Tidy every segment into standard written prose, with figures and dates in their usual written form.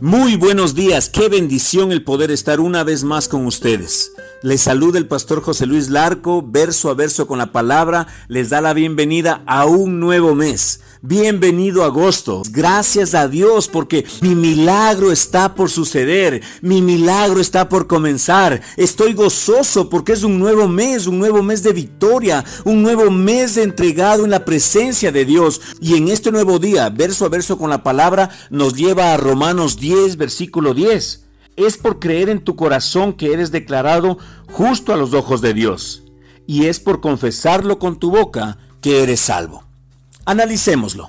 Muy buenos días, qué bendición el poder estar una vez más con ustedes. Les saluda el pastor José Luis Larco, verso a verso con la palabra, les da la bienvenida a un nuevo mes. Bienvenido agosto. Gracias a Dios porque mi milagro está por suceder, mi milagro está por comenzar. Estoy gozoso porque es un nuevo mes de victoria, un nuevo mes entregado en la presencia de Dios. Y en este nuevo día, verso a verso con la palabra, nos lleva a Romanos 10, versículo 10. Es por creer en tu corazón que eres declarado justo a los ojos de Dios. Y es por confesarlo con tu boca que eres salvo. Analicémoslo.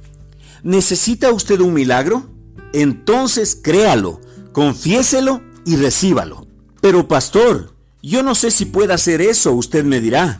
¿Necesita usted un milagro? Entonces créalo, confiéselo y recíbalo. Pero pastor, yo no sé si pueda hacer eso, usted me dirá.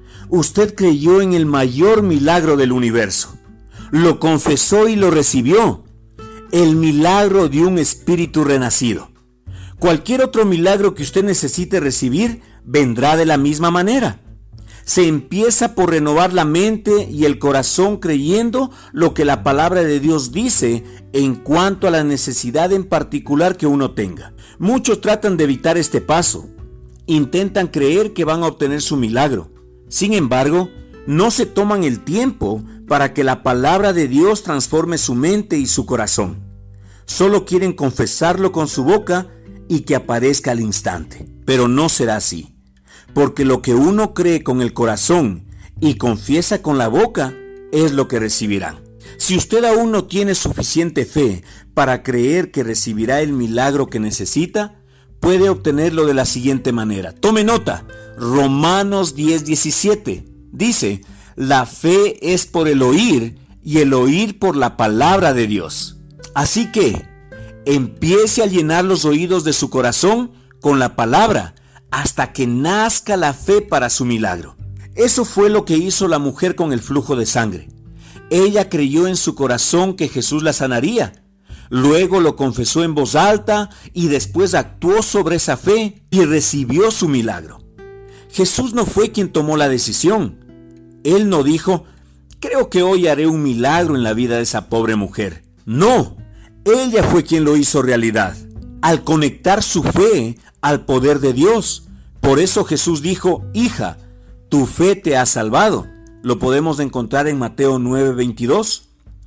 Usted creyó en el mayor milagro del universo. Lo confesó y lo recibió. El milagro de un espíritu renacido. Cualquier otro milagro que usted necesite recibir vendrá de la misma manera. Se empieza por renovar la mente y el corazón creyendo lo que la palabra de Dios dice en cuanto a la necesidad en particular que uno tenga. Muchos tratan de evitar este paso. Intentan creer que van a obtener su milagro. Sin embargo, no se toman el tiempo para que la palabra de Dios transforme su mente y su corazón. Solo quieren confesarlo con su boca y que aparezca al instante. Pero no será así. Porque lo que uno cree con el corazón y confiesa con la boca es lo que recibirán. Si usted aún no tiene suficiente fe para creer que recibirá el milagro que necesita, puede obtenerlo de la siguiente manera. Tome nota, Romanos 10:17 dice, la fe es por el oír y el oír por la palabra de Dios. Así que, empiece a llenar los oídos de su corazón con la palabra, hasta que nazca la fe para su milagro. Eso fue lo que hizo la mujer con el flujo de sangre. Ella creyó en su corazón que Jesús la sanaría. Luego lo confesó en voz alta y después actuó sobre esa fe y recibió su milagro. Jesús no fue quien tomó la decisión. Él no dijo, creo que hoy haré un milagro en la vida de esa pobre mujer. No, ella fue quien lo hizo realidad, al conectar su fe al poder de Dios. Por eso Jesús dijo, hija, tu fe te ha salvado. Lo podemos encontrar en Mateo 9:22.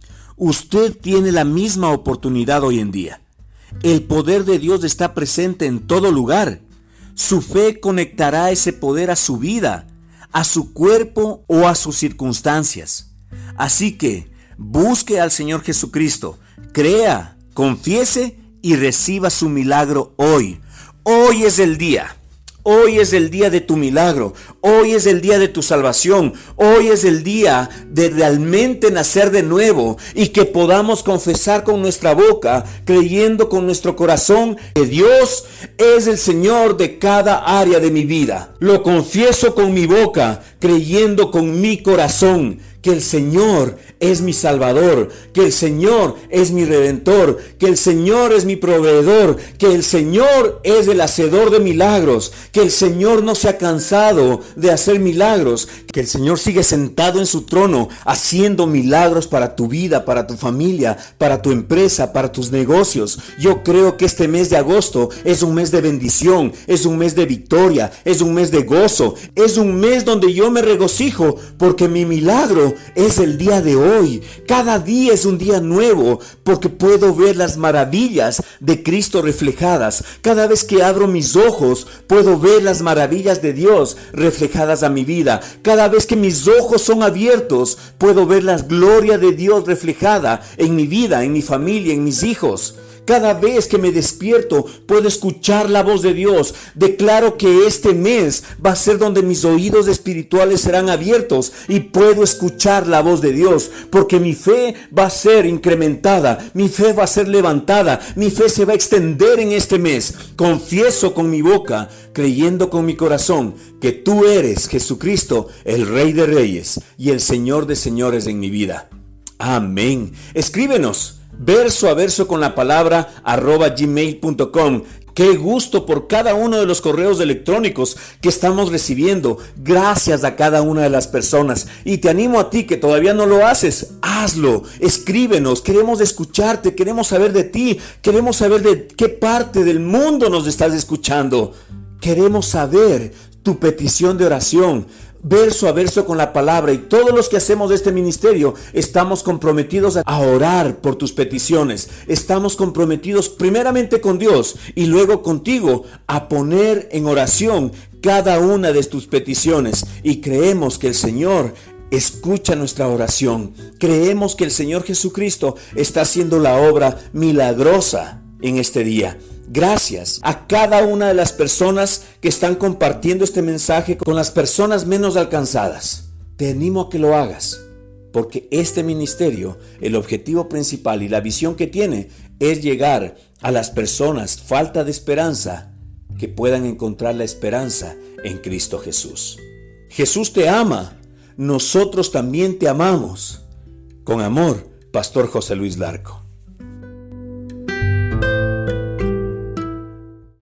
Usted tiene la misma oportunidad hoy en día. El poder de Dios está presente en todo lugar. Su fe conectará ese poder a su vida, a su cuerpo o a sus circunstancias. Así que busque al Señor Jesucristo, crea, confiese y reciba su milagro hoy. Hoy es el día. Hoy es el día de tu milagro. Hoy es el día de tu salvación. Hoy es el día de realmente nacer de nuevo y que podamos confesar con nuestra boca, creyendo con nuestro corazón que Dios es el Señor de cada área de mi vida. Lo confieso con mi boca, creyendo con mi corazón que el Señor es mi Salvador, que el Señor es mi Redentor, que el Señor es mi proveedor, que el Señor es el hacedor de milagros, que el Señor no se ha cansado de hacer milagros, que el Señor sigue sentado en su trono haciendo milagros para tu vida, para tu familia, para tu empresa, para tus negocios. Yo creo que este mes de agosto es un mes de bendición, es un mes de victoria, es un mes de gozo, es un mes donde yo me regocijo porque mi milagro es el día de hoy. Cada día es un día nuevo porque puedo ver las maravillas de Cristo reflejadas. Cada vez que abro mis ojos puedo ver las maravillas de Dios reflejadas a mi vida. Cada vez que mis ojos son abiertos puedo ver la gloria de Dios reflejada en mi vida, en mi familia, en mis hijos. Cada vez que me despierto puedo escuchar la voz de Dios. Declaro que este mes va a ser donde mis oídos espirituales serán abiertos y puedo escuchar la voz de Dios, porque mi fe va a ser incrementada, mi fe va a ser levantada, mi fe se va a extender en este mes. Confieso con mi boca, creyendo con mi corazón, que tú eres Jesucristo, el Rey de Reyes y el Señor de Señores en mi vida. Amén. Escríbenos verso a verso con la palabra @gmail.com. Qué gusto por cada uno de los correos electrónicos que estamos recibiendo. Gracias a cada una de las personas. Y te animo a ti que todavía no lo haces. Hazlo. Escríbenos. Queremos escucharte. Queremos saber de ti. Queremos saber de qué parte del mundo nos estás escuchando. Queremos saber tu petición de oración, verso a verso con la palabra, y todos los que hacemos este ministerio estamos comprometidos a orar por tus peticiones. Estamos comprometidos primeramente con Dios y luego contigo a poner en oración cada una de tus peticiones, y creemos que el Señor escucha nuestra oración. Creemos que el Señor Jesucristo está haciendo la obra milagrosa en este día. Gracias a cada una de las personas que están compartiendo este mensaje con las personas menos alcanzadas. Te animo a que lo hagas, porque este ministerio, el objetivo principal y la visión que tiene es llegar a las personas falta de esperanza, que puedan encontrar la esperanza en Cristo Jesús. Jesús te ama, nosotros también te amamos. Con amor, Pastor José Luis Larco.